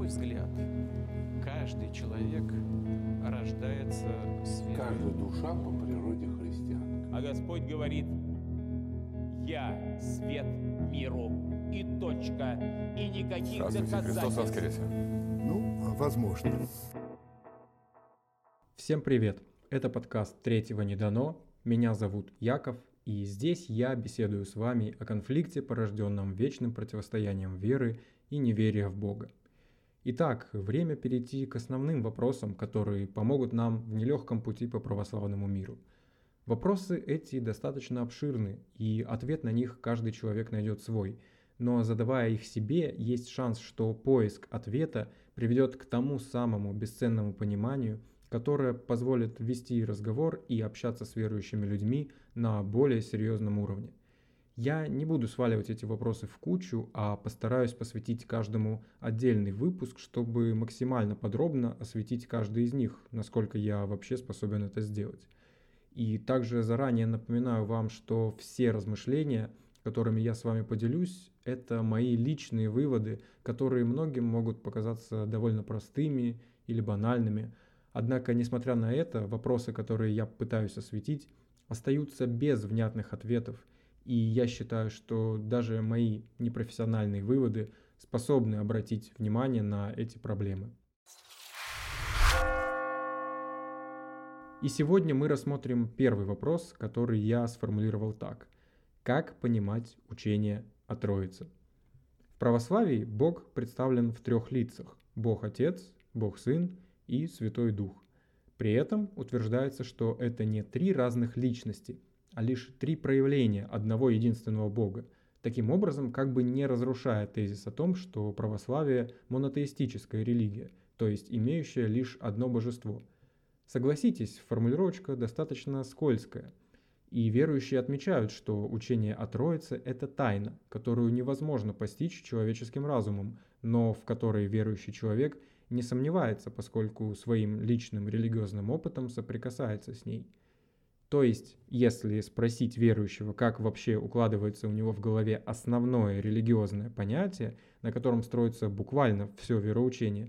мой взгляд, каждый человек рождается с верой. Каждая душа по природе христианка. А Господь говорит: «Я свет миру, и точка, и никаких Здравствуйте, Христос доказательств». воскресе. Возможно. Всем привет! Это подкаст «Третьего не дано». Меня зовут Яков, и здесь я беседую с вами о конфликте, порожденном вечным противостоянием веры и неверия в Бога. Итак, время перейти к основным вопросам, которые помогут нам в нелегком пути по православному миру. Вопросы эти достаточно обширны, и ответ на них каждый человек найдет свой. Но задавая их себе, есть шанс, что поиск ответа приведет к тому самому бесценному пониманию, которое позволит вести разговор и общаться с верующими людьми на более серьезном уровне. Я не буду сваливать эти вопросы в кучу, а постараюсь посвятить каждому отдельный выпуск, чтобы максимально подробно осветить каждый из них, насколько я вообще способен это сделать. И также заранее напоминаю вам, что все размышления, которыми я с вами поделюсь, это мои личные выводы, которые многим могут показаться довольно простыми или банальными. Однако, несмотря на это, вопросы, которые я пытаюсь осветить, остаются без внятных ответов, и я считаю, что даже мои непрофессиональные выводы способны обратить внимание на эти проблемы. И сегодня мы рассмотрим первый вопрос, который я сформулировал так. Как понимать учение о Троице? В православии Бог представлен в трех лицах – Бог Отец, Бог Сын и Святой Дух. При этом утверждается, что это не три разных личности, а лишь три проявления одного единственного Бога, таким образом как бы не разрушая тезис о том, что православие – монотеистическая религия, то есть имеющая лишь одно божество. Согласитесь, формулировочка достаточно скользкая. И верующие отмечают, что учение о Троице – это тайна, которую невозможно постичь человеческим разумом, но в которой верующий человек не сомневается, поскольку своим личным религиозным опытом соприкасается с ней. То есть, если спросить верующего, как вообще укладывается у него в голове основное религиозное понятие, на котором строится буквально все вероучение,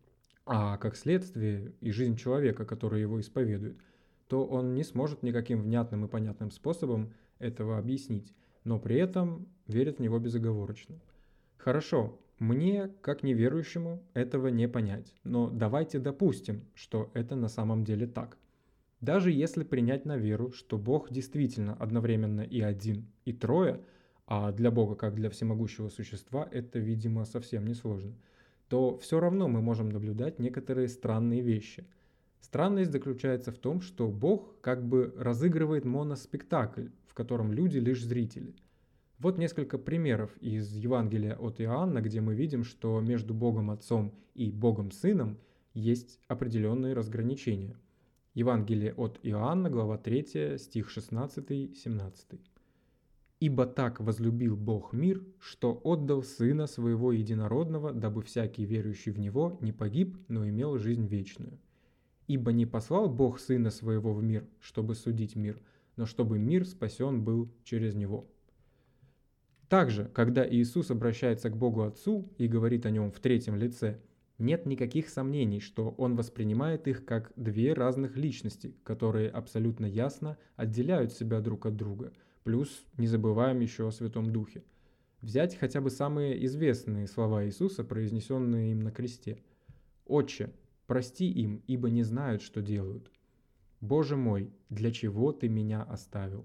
а как следствие и жизнь человека, который его исповедует, то он не сможет никаким внятным и понятным способом этого объяснить, но при этом верит в него безоговорочно. Хорошо, мне, как неверующему, этого не понять, но давайте допустим, что это на самом деле так. Даже если принять на веру, что Бог действительно одновременно и один, и трое, а для Бога, как для всемогущего существа, это, видимо, совсем не сложно, то все равно мы можем наблюдать некоторые странные вещи. Странность заключается в том, что Бог как бы разыгрывает моноспектакль, в котором люди лишь зрители. Вот несколько примеров из Евангелия от Иоанна, где мы видим, что между Богом Отцом и Богом Сыном есть определенные разграничения. Евангелие от Иоанна, глава 3, стих 16-17. «Ибо так возлюбил Бог мир, что отдал Сына Своего Единородного, дабы всякий верующий в Него не погиб, но имел жизнь вечную. Ибо не послал Бог Сына Своего в мир, чтобы судить мир, но чтобы мир спасен был через Него». Также, когда Иисус обращается к Богу Отцу и говорит о Нем в третьем лице, нет никаких сомнений, что Он воспринимает их как две разных личности, которые абсолютно ясно отделяют себя друг от друга. Плюс не забываем еще о Святом Духе. Взять хотя бы самые известные слова Иисуса, произнесенные им на кресте. «Отче, прости им, ибо не знают, что делают. Боже мой, для чего Ты меня оставил?»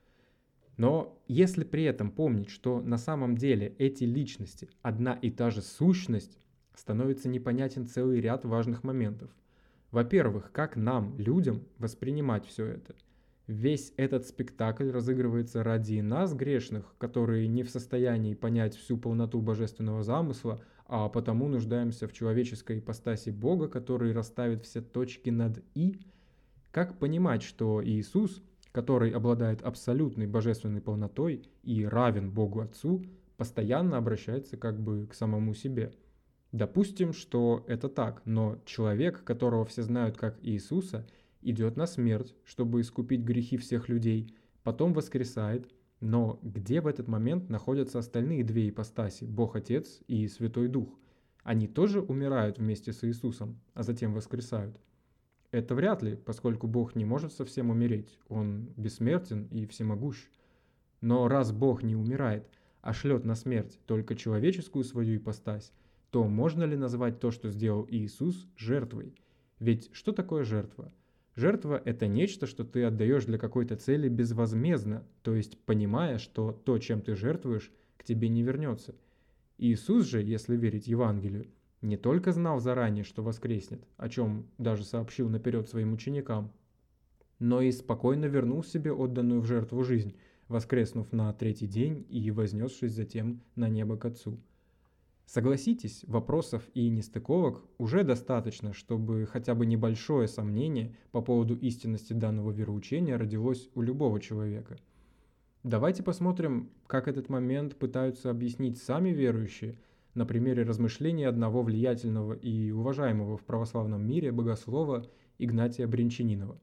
Но если при этом помнить, что на самом деле эти личности одна и та же сущность, становится непонятен целый ряд важных моментов. Во-первых, как нам, людям, воспринимать все это? Весь этот спектакль разыгрывается ради нас, грешных, которые не в состоянии понять всю полноту божественного замысла, а потому нуждаемся в человеческой ипостаси Бога, который расставит все точки над «и». Как понимать, что Иисус, который обладает абсолютной божественной полнотой и равен Богу Отцу, постоянно обращается как бы к самому себе? Допустим, что это так, но человек, которого все знают как Иисуса, идет на смерть, чтобы искупить грехи всех людей, потом воскресает, но где в этот момент находятся остальные две ипостаси, Бог Отец и Святой Дух? Они тоже умирают вместе с Иисусом, а затем воскресают? Это вряд ли, поскольку Бог не может совсем умереть, Он бессмертен и всемогущ. Но раз Бог не умирает, а шлет на смерть только человеческую свою ипостась, то можно ли назвать то, что сделал Иисус, жертвой? Ведь что такое жертва? Жертва – это нечто, что ты отдаешь для какой-то цели безвозмездно, то есть понимая, что то, чем ты жертвуешь, к тебе не вернется. Иисус же, если верить Евангелию, не только знал заранее, что воскреснет, о чем даже сообщил наперед своим ученикам, но и спокойно вернул себе отданную в жертву жизнь, воскреснув на третий день и вознесшись затем на небо к Отцу. Согласитесь, вопросов и нестыковок уже достаточно, чтобы хотя бы небольшое сомнение по поводу истинности данного вероучения родилось у любого человека. Давайте посмотрим, как этот момент пытаются объяснить сами верующие на примере размышлений одного влиятельного и уважаемого в православном мире богослова Игнатия Брянчанинова.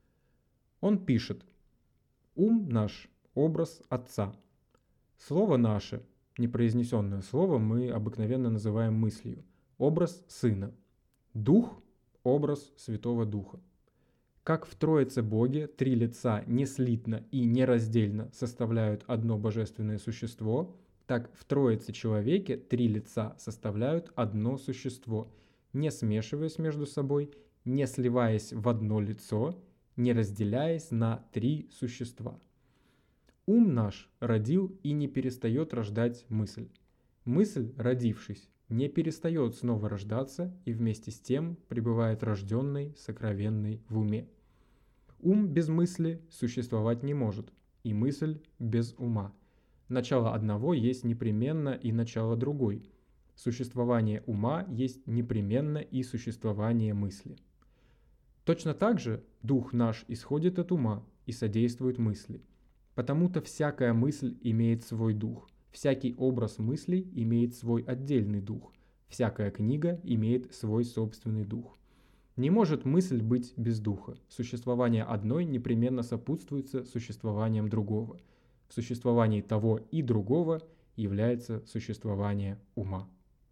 Он пишет: «Ум наш – образ Отца. Слово наше, непроизнесенное слово, мы обыкновенно называем мыслью, образ Сына. Дух – образ Святого Духа. Как в Троице Боге три лица неслитно и нераздельно составляют одно божественное существо, так в Троице Человеке три лица составляют одно существо, не смешиваясь между собой, не сливаясь в одно лицо, не разделяясь на три существа. Ум наш родил и не перестает рождать мысль. Мысль, родившись, не перестает снова рождаться и вместе с тем пребывает рожденной, сокровенной в уме. Ум без мысли существовать не может, и мысль без ума. Начало одного есть непременно и начало другой. Существование ума есть непременно и существование мысли. Точно так же дух наш исходит от ума и содействует мысли. Потому-то всякая мысль имеет свой дух, всякий образ мыслей имеет свой отдельный дух, всякая книга имеет свой собственный дух. Не может мысль быть без духа. Существование одной непременно сопутствуется существованием другого. В существовании того и другого является существование ума».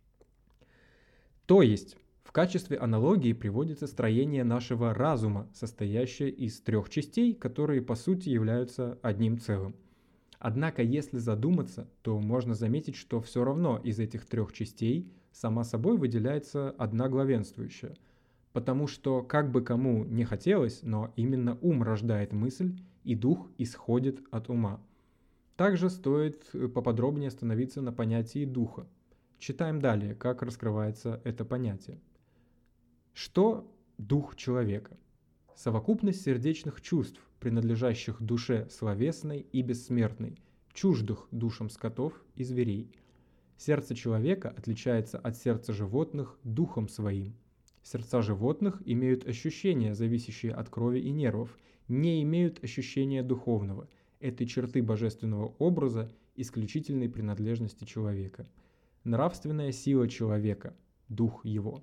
То есть, в качестве аналогии приводится строение нашего разума, состоящее из трех частей, которые по сути являются одним целым. Однако, если задуматься, то можно заметить, что все равно из этих трех частей сама собой выделяется одна главенствующая. Потому что, как бы кому не хотелось, но именно ум рождает мысль, и дух исходит от ума. Также стоит поподробнее остановиться на понятии духа. Читаем далее, как раскрывается это понятие. Что дух человека? Совокупность сердечных чувств, принадлежащих душе словесной и бессмертной, чуждых душам скотов и зверей. Сердце человека отличается от сердца животных духом своим. Сердца животных имеют ощущения, зависящие от крови и нервов, не имеют ощущения духовного, этой черты божественного образа исключительной принадлежности человека. Нравственная сила человека, дух его.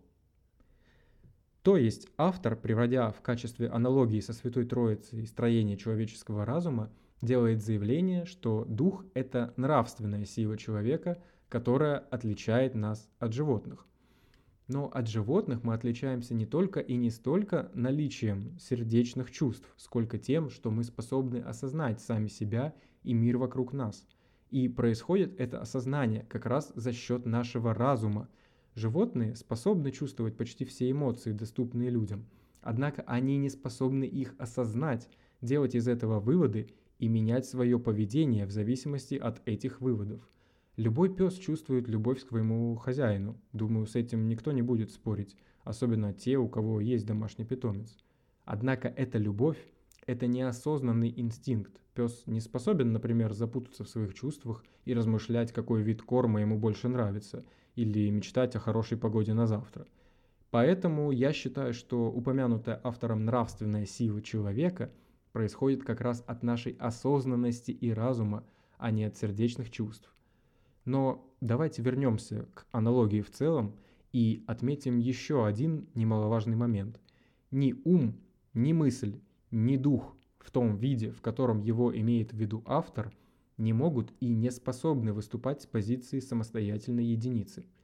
То есть автор, приводя в качестве аналогии со Святой Троицей строение человеческого разума, делает заявление, что дух – это нравственная сила человека, которая отличает нас от животных. Но от животных мы отличаемся не только и не столько наличием сердечных чувств, сколько тем, что мы способны осознать сами себя и мир вокруг нас. И происходит это осознание как раз за счет нашего разума. Животные способны чувствовать почти все эмоции, доступные людям, однако они не способны их осознать, делать из этого выводы и менять свое поведение в зависимости от этих выводов. Любой пес чувствует любовь к своему хозяину. Думаю, с этим никто не будет спорить, особенно те, у кого есть домашний питомец. Однако эта любовь – это неосознанный инстинкт. Пес не способен, например, запутаться в своих чувствах и размышлять, какой вид корма ему больше нравится, или мечтать о хорошей погоде на завтра. Поэтому я считаю, что упомянутая автором нравственная сила человека происходит как раз от нашей осознанности и разума, а не от сердечных чувств. Но давайте вернемся к аналогии в целом и отметим еще один немаловажный момент. Ни ум, ни мысль, ни дух в том виде, в котором его имеет в виду автор, не могут и не способны выступать с позиции самостоятельной единицы.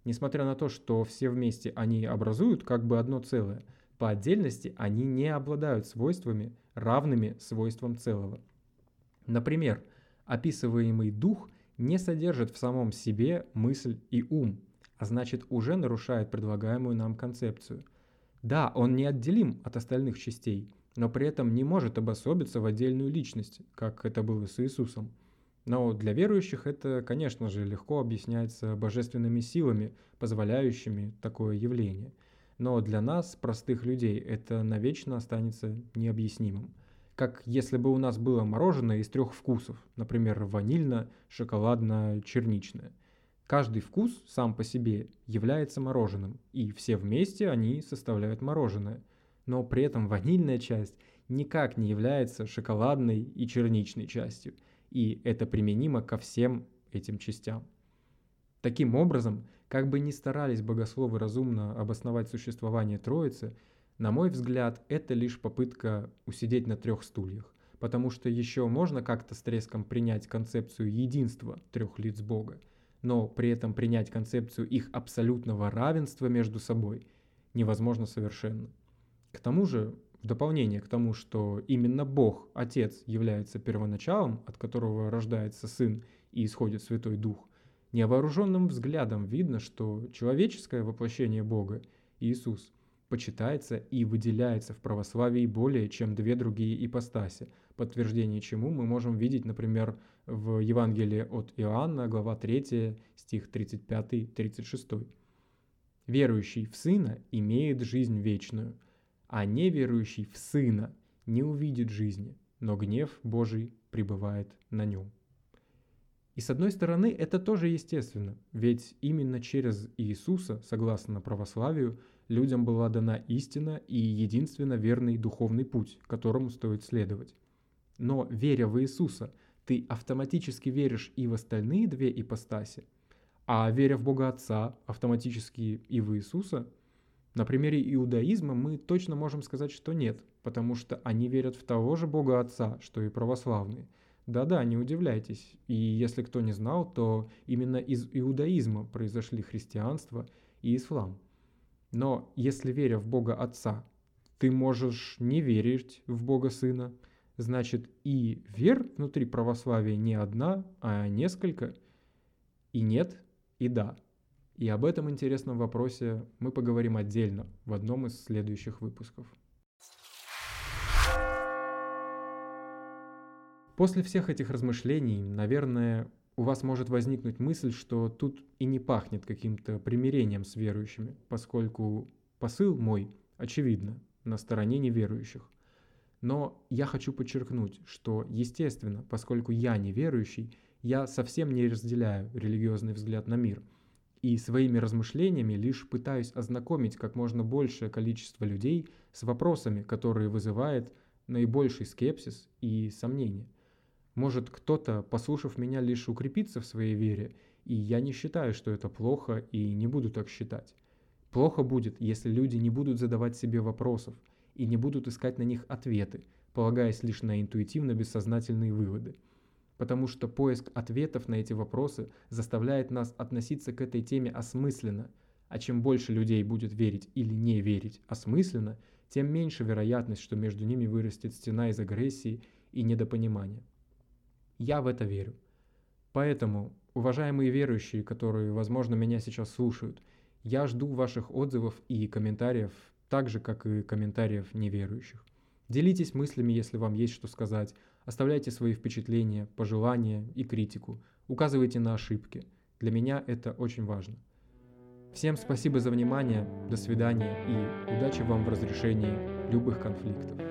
Несмотря на то, что все вместе они образуют как бы одно целое, по отдельности они не обладают свойствами, равными свойствам целого. Например, описываемый дух не содержит в самом себе мысль и ум, а значит уже нарушает предлагаемую нам концепцию. Да, он неотделим от остальных частей, но при этом не может обособиться в отдельную личность, как это было с Иисусом. Но для верующих это, конечно же, легко объясняется божественными силами, позволяющими такое явление. Но для нас, простых людей, это навечно останется необъяснимым. Как если бы у нас было мороженое из 3 вкусов, например, ванильно, шоколадно, черничное. Каждый вкус сам по себе является мороженым, и все вместе они составляют мороженое. Но при этом ванильная часть никак не является шоколадной и черничной частью, и это применимо ко всем этим частям. Таким образом, как бы ни старались богословы разумно обосновать существование Троицы, на мой взгляд, это лишь попытка усидеть на 3 стульях, потому что еще можно как-то с треском принять концепцию единства 3 лиц Бога, но при этом принять концепцию их абсолютного равенства между собой невозможно совершенно. К тому же, в дополнение к тому, что именно Бог, Отец, является первоначалом, от которого рождается Сын и исходит Святой Дух, невооруженным взглядом видно, что человеческое воплощение Бога, Иисус, почитается и выделяется в православии более чем 2 другие ипостаси, подтверждение чему мы можем видеть, например, в Евангелии от Иоанна, глава 3, стих 35-36. «Верующий в Сына имеет жизнь вечную, а неверующий в Сына не увидит жизни, но гнев Божий пребывает на нем». И с одной стороны, это тоже естественно, ведь именно через Иисуса, согласно православию, людям была дана истина и единственно верный духовный путь, которому стоит следовать. Но веря в Иисуса, ты автоматически веришь и в остальные 2 ипостаси, а веря в Бога Отца, автоматически и в Иисуса. На примере иудаизма мы точно можем сказать, что нет, потому что они верят в того же Бога Отца, что и православные. Да-да, не удивляйтесь, и если кто не знал, то именно из иудаизма произошли христианство и ислам. Но если, веря в Бога Отца, ты можешь не верить в Бога Сына, значит и вер внутри православия не одна, а несколько, и нет, и да. И об этом интересном вопросе мы поговорим отдельно в одном из следующих выпусков. После всех этих размышлений, наверное, у вас может возникнуть мысль, что тут и не пахнет каким-то примирением с верующими, поскольку посыл мой, очевидно, на стороне неверующих. Но я хочу подчеркнуть, что, естественно, поскольку я неверующий, я совсем не разделяю религиозный взгляд на мир, и своими размышлениями лишь пытаюсь ознакомить как можно большее количество людей с вопросами, которые вызывают наибольший скепсис и сомнения. Может, кто-то, послушав меня, лишь укрепится в своей вере, и я не считаю, что это плохо, и не буду так считать. Плохо будет, если люди не будут задавать себе вопросов и не будут искать на них ответы, полагаясь лишь на интуитивно-бессознательные выводы. Потому что поиск ответов на эти вопросы заставляет нас относиться к этой теме осмысленно, а чем больше людей будет верить или не верить осмысленно, тем меньше вероятность, что между ними вырастет стена из агрессии и недопонимания. Я в это верю. Поэтому, уважаемые верующие, которые, возможно, меня сейчас слушают, я жду ваших отзывов и комментариев, так же, как и комментариев неверующих. Делитесь мыслями, если вам есть что сказать, оставляйте свои впечатления, пожелания и критику, указывайте на ошибки. Для меня это очень важно. Всем спасибо за внимание, до свидания и удачи вам в разрешении любых конфликтов.